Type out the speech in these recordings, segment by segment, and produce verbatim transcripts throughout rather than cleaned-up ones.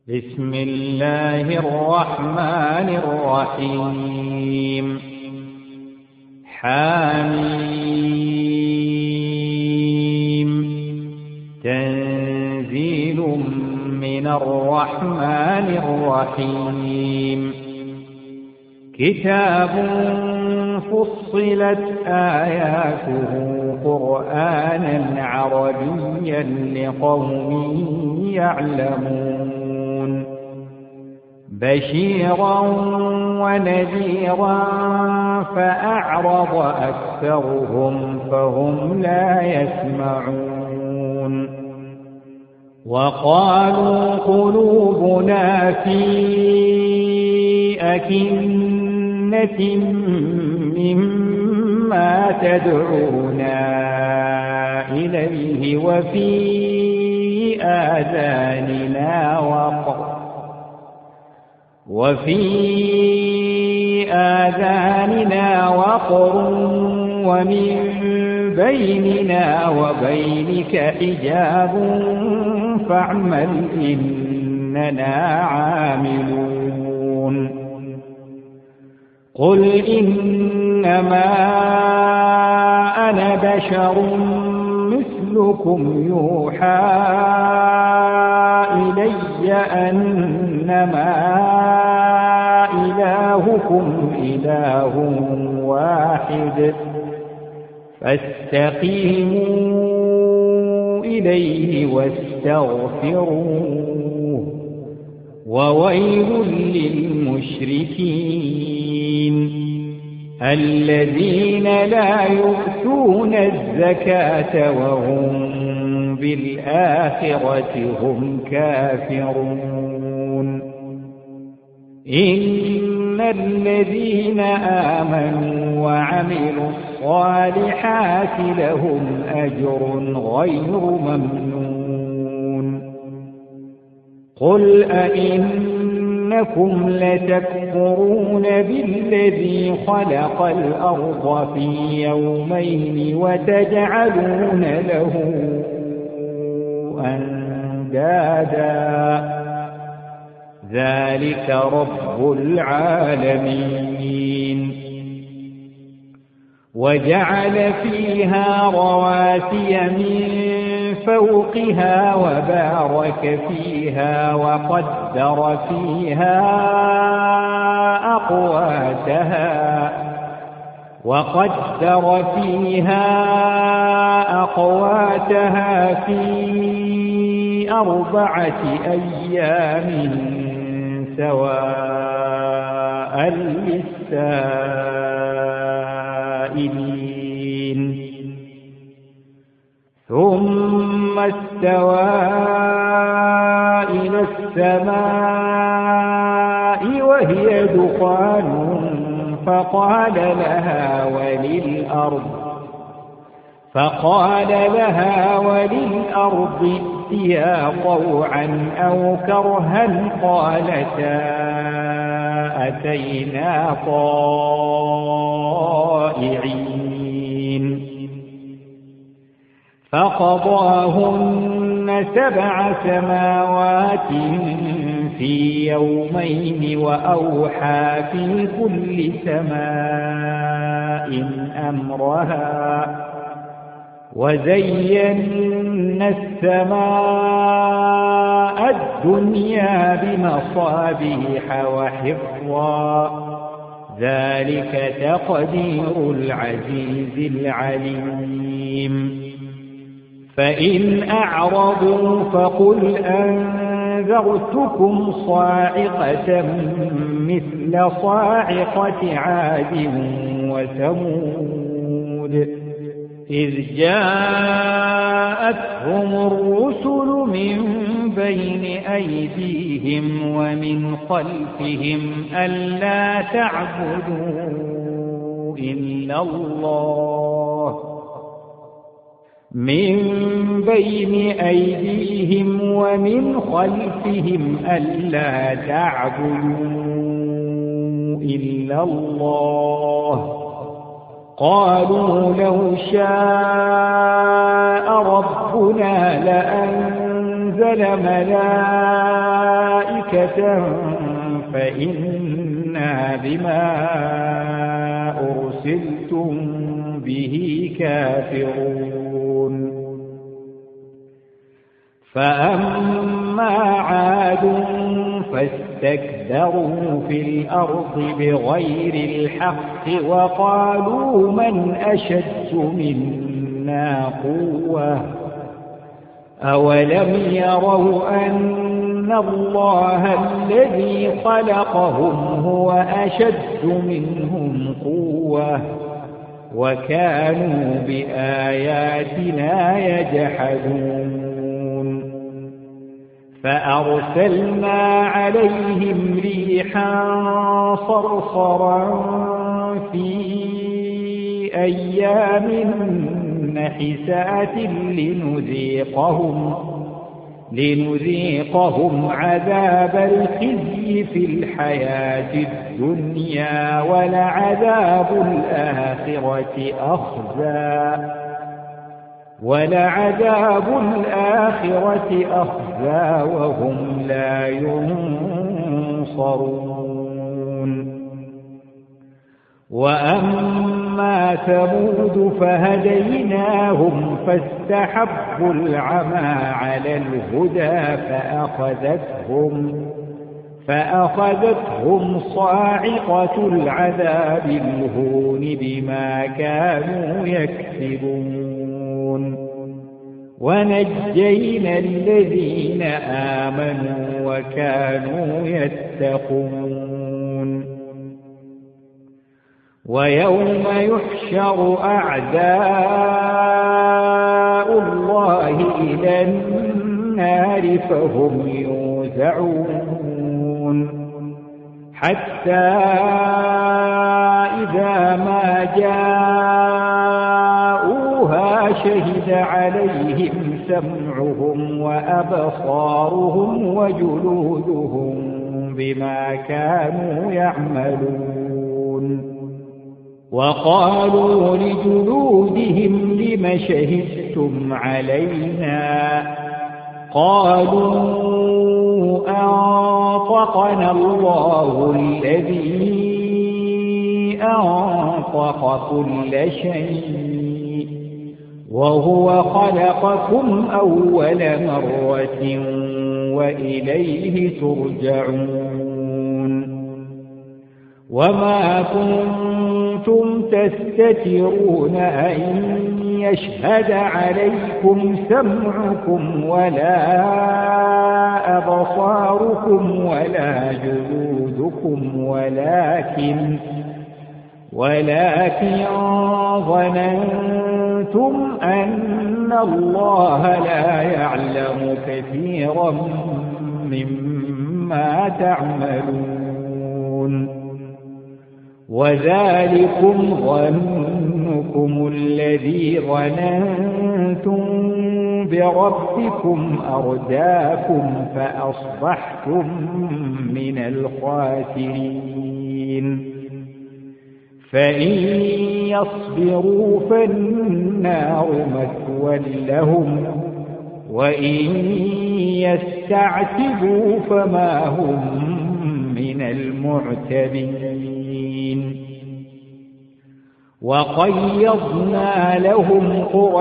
بسم الله الرحمن الرحيم حميم تنزيل من الرحمن الرحيم كتاب فصلت آياته قرآنا عربيا لقوم يعلمون بشيرا ونذيرا فأعرض أكثرهم فهم لا يسمعون وقالوا قلوبنا في أكنة مما تدعونا إليه وفي آذاننا وقر وفي آذاننا وقر ومن بيننا وبينك حجاب فاعمل إننا عاملون قل إنما أنا بشر مثلكم يوحى إلي أنما إلهكم إله واحد فاستقيموا إليه واستغفروه وويل للمشركين الذين لا يؤتون الزكاة وهم بالآخرة هم كافرون إن الذين آمنوا وعملوا الصالحات لهم أجر غير ممنون قل أئنكم لتكفرون بالذي خلق الأرض في يومين وتجعلون له أندادا ذلك رب العالمين وجعل فيها رواسي من فوقها وبارك فيها وقدر فيها أقواتها وقدر فيها أقواتها في أربعة أيام سواء للسائلين ثم استوى إلى السماء وهي دخان فقال لها وللأرض فقال لها وللأرض ائتيا طوعا أو كرها قالتا أتينا طائعين فقضاهن سبع سماوات في يومين وأوحى في كل سماء أمرها وزينا السماء الدنيا بمصابيح وحفظا ذلك تقدير العزيز العليم فإن أعرضوا فقل أنذرتكم صاعقة مثل صاعقة عاد وثمود إذ جاءتهم الرسل من بين أيديهم ومن خلفهم ألا تعبدوا إلا الله من بين أيديهم ومن خلفهم ألا تعبدوا إلا الله قالوا لو شاء ربنا لأنزل ملائكة ملائكة فإنا بما أرسلتم به كافرون فأما عاد فاستكبروا في الأرض بغير الحق وقالوا من أشد منا قوة أولم يروا أن الله الذي خلقهم هو أشد منهم قوة وكانوا بآياتنا يجحدون فأرسلنا عليهم ريحا صرصرا في أيام نحسات لنذيقهم لنذيقهم عذاب الخزي في الحياة الدنيا ولعذاب الآخرة أخزى ولعذاب الآخرة أخزى وهم لا ينصرون وأما ثمود فهديناهم فاستحبوا العمى على الهدى فأخذتهم فأخذتهم صاعقة العذاب الهون بما كانوا يكسبون ونجينا الذين آمنوا وكانوا يتقون ويوم يحشر أعداء الله إلى النار فهم يوزعون حتى إذا ما جاءوها شهد عليهم سمعهم وأبصارهم وجلودهم بما كانوا يعملون وقالوا لجلودهم لم شهدتم علينا قالوا أنطقنا الله الذي أنطق كل شيء وهو خلقكم أول مرة وإليه ترجعون وما كنتم تستترون أن يشهد عليكم سمعكم ولا أبصاركم ولا جلودكم ولكن ولكن ظننتم أن الله لا يعلم كثيرا مما تعملون وذلكم ظنكم الذي ظننتم بربكم أرداكم فأصبحتم من الخاسرين فإن يصبروا فالنار مثوى لهم وإن يستعتبوا فما هم من المعتبين وقيضنا لهم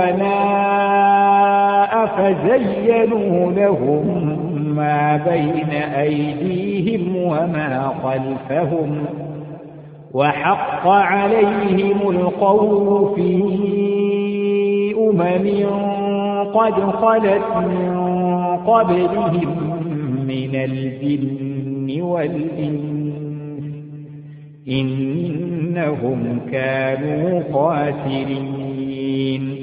قرناء فزينوا لهم ما بين أيديهم وما خلفهم وحق عليهم القول في أمم قد خلت من قبلهم من الجن والإنس إنهم كانوا خاسرين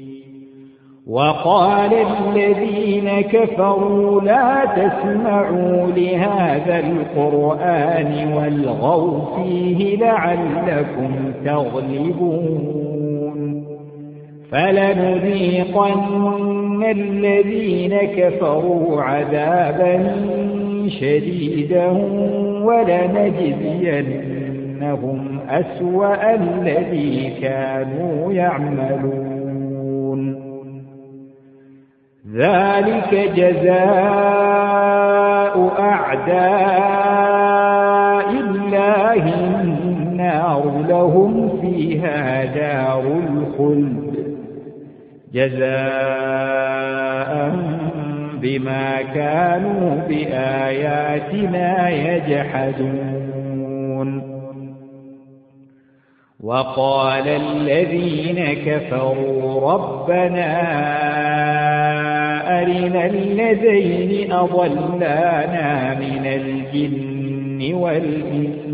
وقال الذين كفروا لا تسمعوا لهذا القرآن والغوا فيه لعلكم تغلبون فلنذيقن الذين كفروا عذابا شديدا ولنجزينهم أسوأ الذي كانوا يعملون ذلك جزاء أعداء الله النار لهم فيها دار الخلد جزاء بما كانوا بآياتنا يجحدون. وقال الذين كفروا ربنا أرنا الذين أضلانا من الجن والإنس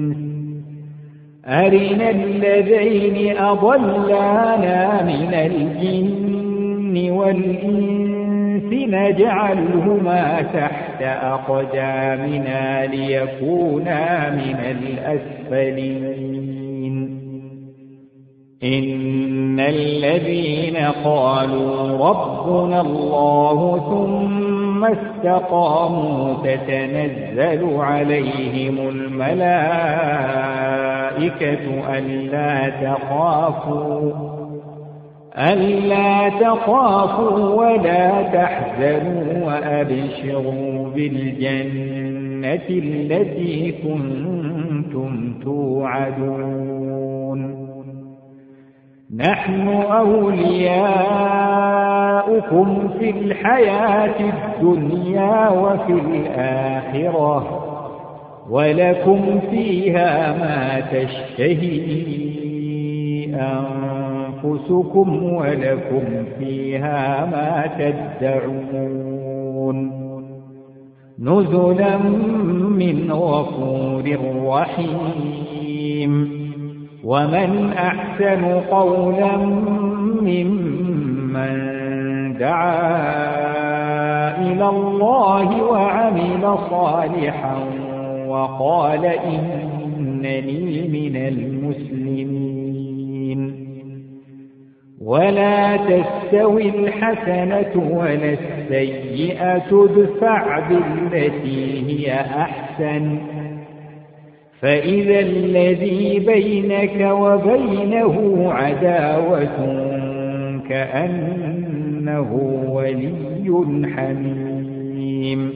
أرنا الذين أضلانا من الجن والإنس نجعلهما تحت أقدامنا ليكونا من الأسفلين. إن الذين قالوا ربنا الله ثم استقاموا تتنزل عليهم الملائكة ألا تخافوا ألا تخافوا ولا تحزنوا وأبشروا بالجنة التي كنتم توعدون. نحن أولياؤكم في الحياة الدنيا وفي الآخرة ولكم فيها ما تشتهي أنفسكم ولكم فيها ما تدعون نزلا من غفور رحيم. ومن أحسن قولا ممن دعا إلى الله وعمل صالحا وقال إنني من المسلمين. ولا تستوي الحسنة ولا السيئة ادفع بالتي هي أحسن فإذا الذي بينك وبينه عداوة كأنه ولي حميم.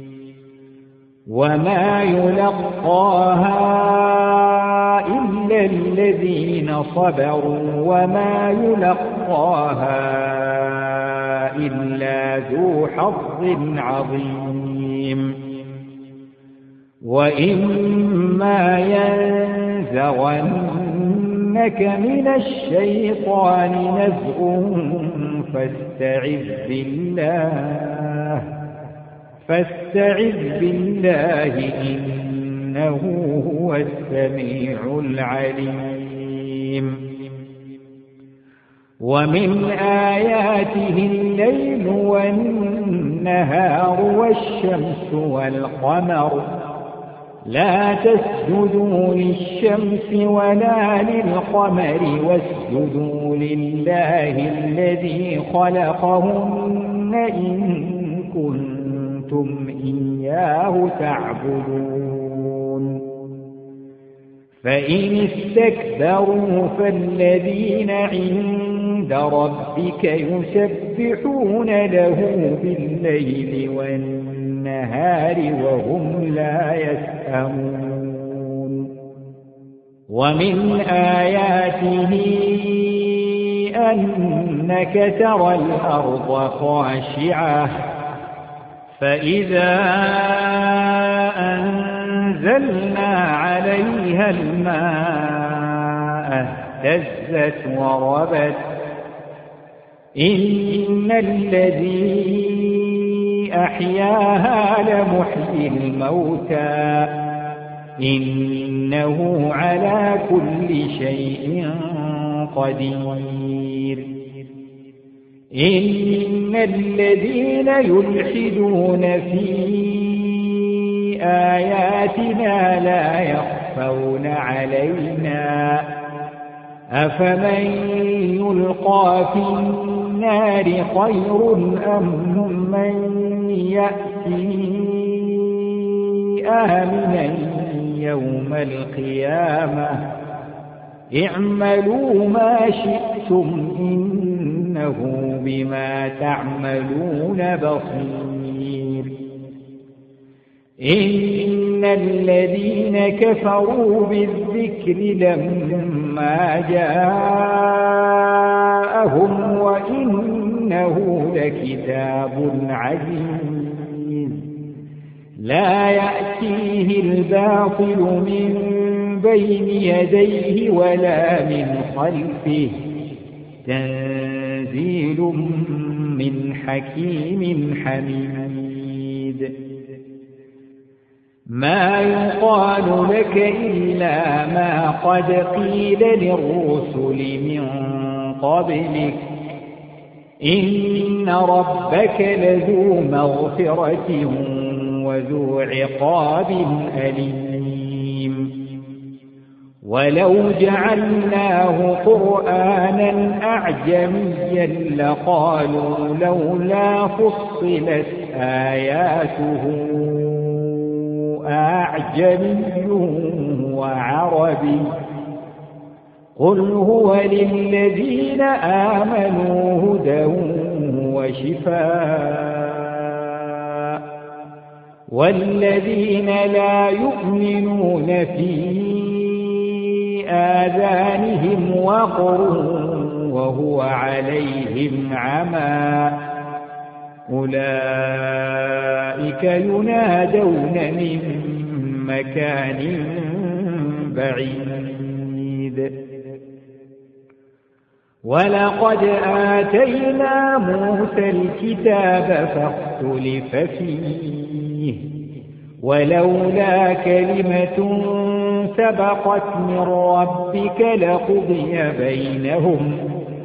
وما يلقاها إلا الذين صبروا وما يلقاها إلا ذو حظ عظيم. وإما ينزغنك من الشيطان نزغ فاستعذ بالله فاستعذ بالله إنه هو السميع العليم. ومن آياته الليل والنهار والشمس والقمر لا تسجدوا للشمس ولا للقمر واسجدوا لله الذي خلقهن إن كنتم إياه تعبدون. فإن استكبروا فالذين عند ربك يسبحون له بالليل والنهار وهم لا يسأمون. ومن آياته أنك ترى الأرض خاشعة فإذا أنزلنا عليها الماء اهتزت وربت إن الذي أحياها لمحيي الموتى إنه على كل شيء قدير. إن الذين يلحدون في آياتنا لا يخفون علينا أفمن يلقى في النار خير أم من يأتي آمنا يوم القيامة اعملوا ما شئتم إن إنه بما تعملون بصير إن الذين كفروا بالذكر لما جاءهم وإنه لكتاب عزيز لا يأتيه الباطل من بين يديه ولا من خلفه تنزيل من حكيم حميد ما يقال لك إلا ما قد قيل للرسل من قبلك إن ربك لذو مغفرة وذو عقاب أليم ولو جعلناه قرآنا أعجميا لقالوا لولا فصلت آياته أعجمي وعربي قل هو للذين آمنوا هدى وشفاء والذين لا يؤمنون في آذانهم وقر وهو عليهم عمى أولئك ينادون من مكان بعيد ولقد آتينا موسى الكتاب فاختلف فيه ولولا كلمة سبقت من ربك لقضي بينهم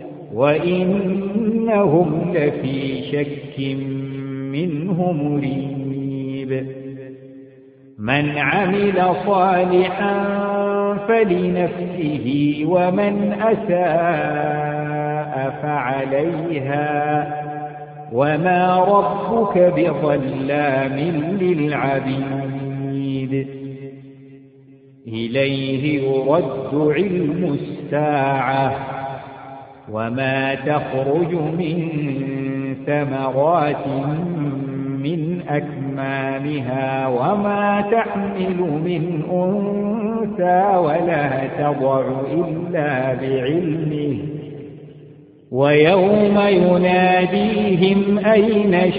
وإنهم لفي شك منه مريب من عمل صالحا فلنفسه ومن أساء فعليها وما ربك بظلام للعبيد إليه يرد علم الساعة وما تخرج من ثمرات من أكمامها وما تحمل من أنثى ولا تضع إلا بعلمه ويوم يناديهم أين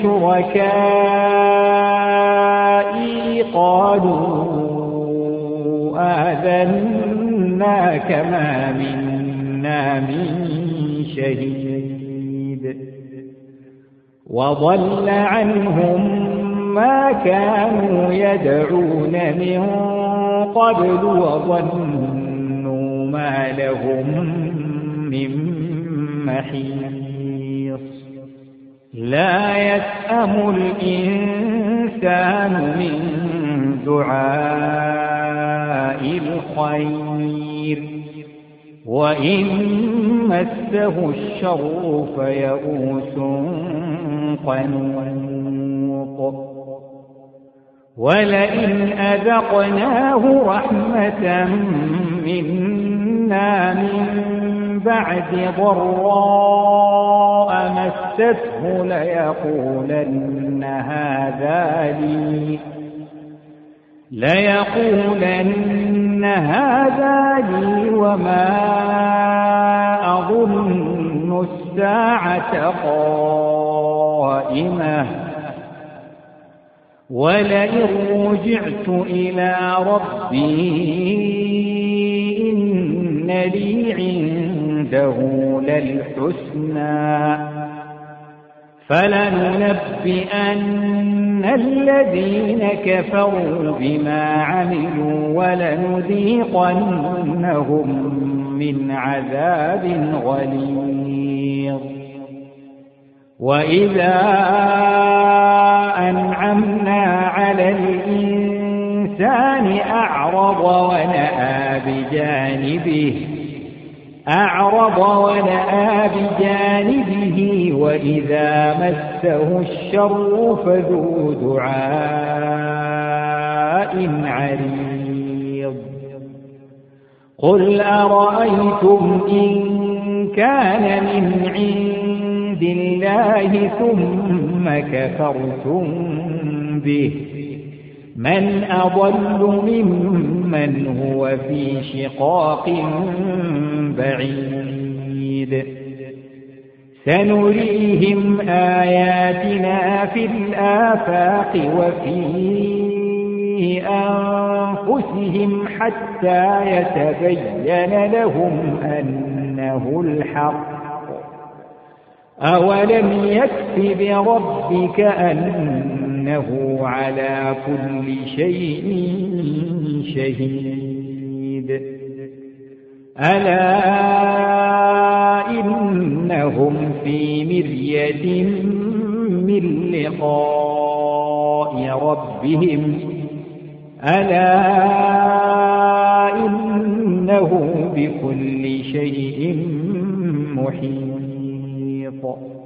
شركائي قالوا آذناك ما منا من شهيد وضل عنهم ما كانوا يدعون من قبل وظنوا ما لهم من محيص لا يسأم الإنسان من دعاء الخير وإن مسه الشر فيئوس قنوط ولئن أذقناه رحمة منا من بعد ضراء مسته ليقولن هذا لي ليقولن هذا لي وما أظن الساعة قائمة ولئن رجعت إلى ربي إن لي عنده للحسنى فلننبئن الذين كفروا بما عملوا ولنذيقنهم من عذاب غليظ وإذا أنعمنا على الإنسان أعرض ونأى بجانبه أعرض ونأى بجانبه وإذا مسه الشر فذو دعاء عريض قل أرأيتم إن كان من عند بالله ثم كفرتم به من أضل ممن هو في شقاق بعيد سنريهم آياتنا في الآفاق وفي أنفسهم حتى يتبين لهم أنه الحق أولم يكف بربك أنه على كل شيء شهيد ألا إنهم في مرية من لقاء ربهم ألا إنه بكل شيء محيط